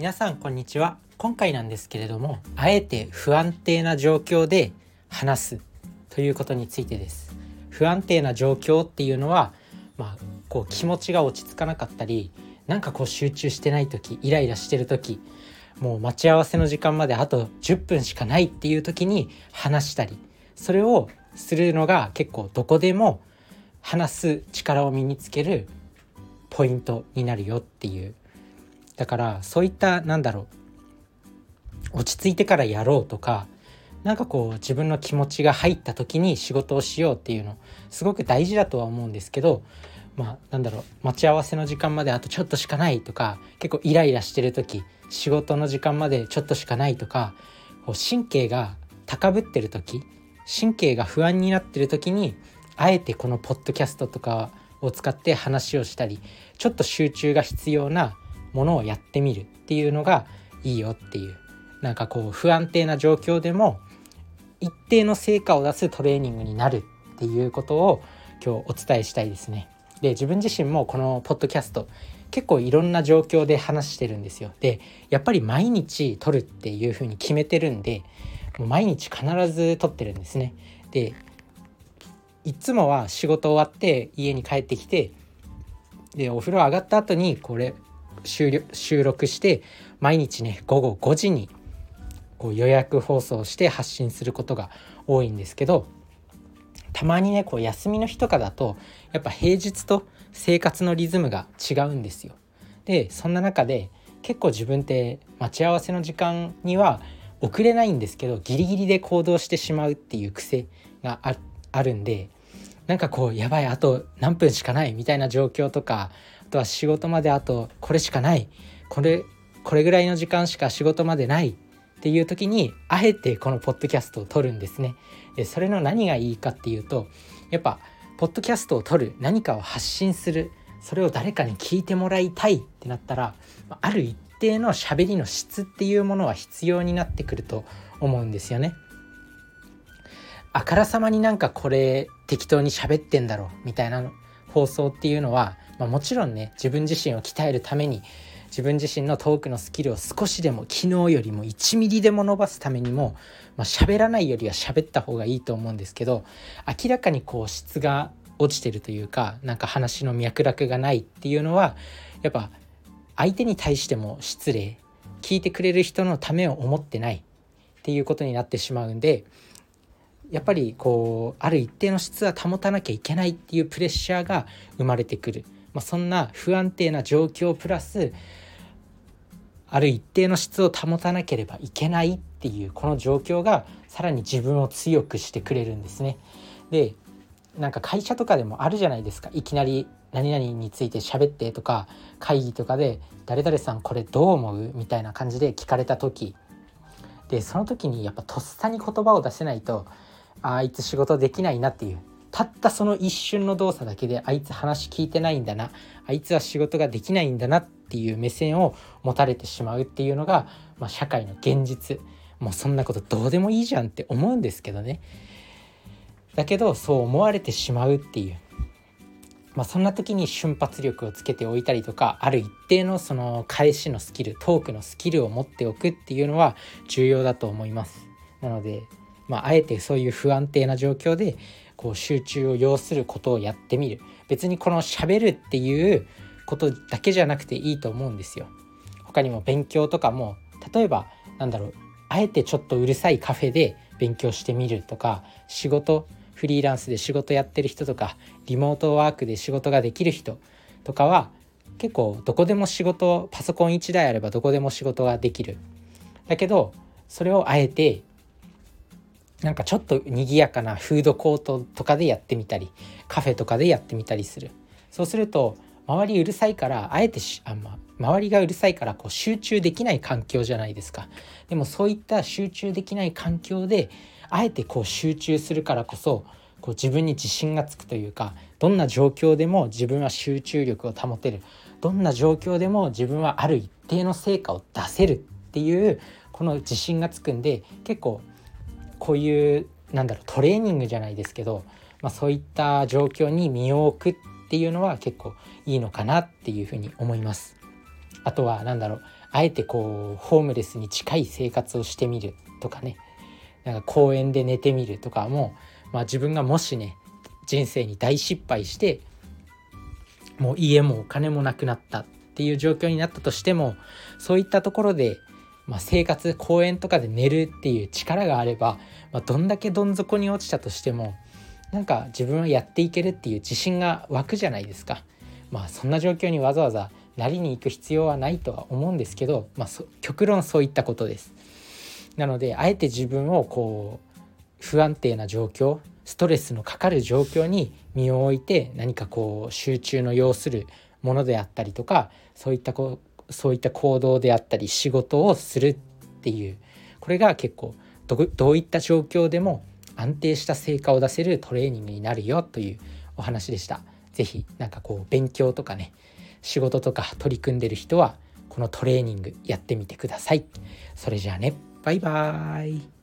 皆さんこんにちは。今回なんですけれども、あえて不安定な状況で話すということについてです。不安定な状況っていうのは、気持ちが落ち着かなかったり、集中してない時、イライラしてる時、もう待ち合わせの時間まであと10分しかないっていう時に話したり、それをするのが結構どこでも話す力を身につけるポイントになるよっていう。だからそういった落ち着いてからやろうとか、自分の気持ちが入った時に仕事をしようっていうのすごく大事だとは思うんですけど、待ち合わせの時間まであとちょっとしかないとか、結構イライラしてる時、仕事の時間までちょっとしかないとか、神経が高ぶってる時、神経が不安になってる時にあえてこのポッドキャストとかを使って話をしたり、ちょっと集中が必要なものをやってみるっていうのがいいよっていう、不安定な状況でも一定の成果を出すトレーニングになるっていうことを今日お伝えしたいですね。で、自分自身もこのポッドキャスト結構いろんな状況で話してるんですよ。で、やっぱり毎日撮るっていう風に決めてるんで、もう毎日必ず撮ってるんですね。で、いつもは仕事終わって家に帰ってきて、でお風呂上がった後にこれ収録して、毎日ね午後5時に予約放送して発信することが多いんですけど、たまにね休みの日とかだとやっぱ平日と生活のリズムが違うんですよ。でそんな中で結構自分って待ち合わせの時間には遅れないんですけど、ギリギリで行動してしまうっていう癖があるんで、やばいあと何分しかないみたいな状況とか、あとは仕事まであとこれしかない、これぐらいの時間しか仕事までないっていう時にあえてこのポッドキャストを撮るんですね。でそれの何がいいかっていうと、やっぱポッドキャストを撮る、何かを発信する、それを誰かに聞いてもらいたいってなったら、ある一定の喋りの質っていうものは必要になってくると思うんですよね。あからさまにこれ適当に喋ってんだろみたいな放送っていうのは、もちろんね自分自身を鍛えるために、自分自身のトークのスキルを少しでも昨日よりも1ミリでも伸ばすためにも、喋らないよりは喋った方がいいと思うんですけど、明らかに質が落ちてるというか、話の脈絡がないっていうのはやっぱ相手に対しても失礼、聞いてくれる人のためを思ってないっていうことになってしまうんで、やっぱりある一定の質は保たなきゃいけないっていうプレッシャーが生まれてくる、そんな不安定な状況プラスある一定の質を保たなければいけないっていうこの状況がさらに自分を強くしてくれるんですね。で会社とかでもあるじゃないですか。いきなり何々について喋ってとか、会議とかで誰々さんこれどう思うみたいな感じで聞かれた時で、その時にやっぱとっさに言葉を出せないと、あいつ仕事できないなっていう、たったその一瞬の動作だけであいつ話聞いてないんだな、あいつは仕事ができないんだなっていう目線を持たれてしまうっていうのが、社会の現実。もうそんなことどうでもいいじゃんって思うんですけどね。だけどそう思われてしまうっていう、そんな時に瞬発力をつけておいたりとか、ある一定のその返しのスキル、トークのスキルを持っておくっていうのは重要だと思います。なのであえてそういう不安定な状況で集中を要することをやってみる。別にこの喋るっていうことだけじゃなくていいと思うんですよ。他にも勉強とかも、例えばあえてちょっとうるさいカフェで勉強してみるとか、フリーランスで仕事やってる人とか、リモートワークで仕事ができる人とかは結構どこでもパソコン1台あればどこでも仕事ができる。だけどそれをあえてちょっと賑やかなフードコートとかでやってみたり、カフェとかでやってみたりする。そうすると周りうるさいから、周りがうるさいから集中できない環境じゃないですか。でもそういった集中できない環境であえて集中するからこそ、自分に自信がつくというか、どんな状況でも自分は集中力を保てる、どんな状況でも自分はある一定の成果を出せるっていうこの自信がつくんで、結構こういうトレーニングじゃないですけど、そういった状況に身を置くっていうのは結構いいのかなっていうふうに思います。あとはあえてこうホームレスに近い生活をしてみるとかね、なんか公園で寝てみるとかも、自分がもしね人生に大失敗してもう家もお金もなくなったっていう状況になったとしても、そういったところで、生活公園とかで寝るっていう力があれば、どんだけどん底に落ちたとしてもなんか自分はやっていけるっていう自信が湧くじゃないですか。そんな状況にわざわざなりに行く必要はないとは思うんですけど、極論そういったことです。なのであえて自分をこう不安定な状況、ストレスのかかる状況に身を置いて、何かこう集中の要するものであったりとか、そういった行動であったり仕事をするっていう、これが結構どういった状況でも安定した成果を出せるトレーニングになるよというお話でした。ぜひなんかこう勉強とかね、仕事とか取り組んでる人はこのトレーニングやってみてください。それじゃあね、バイバーイ。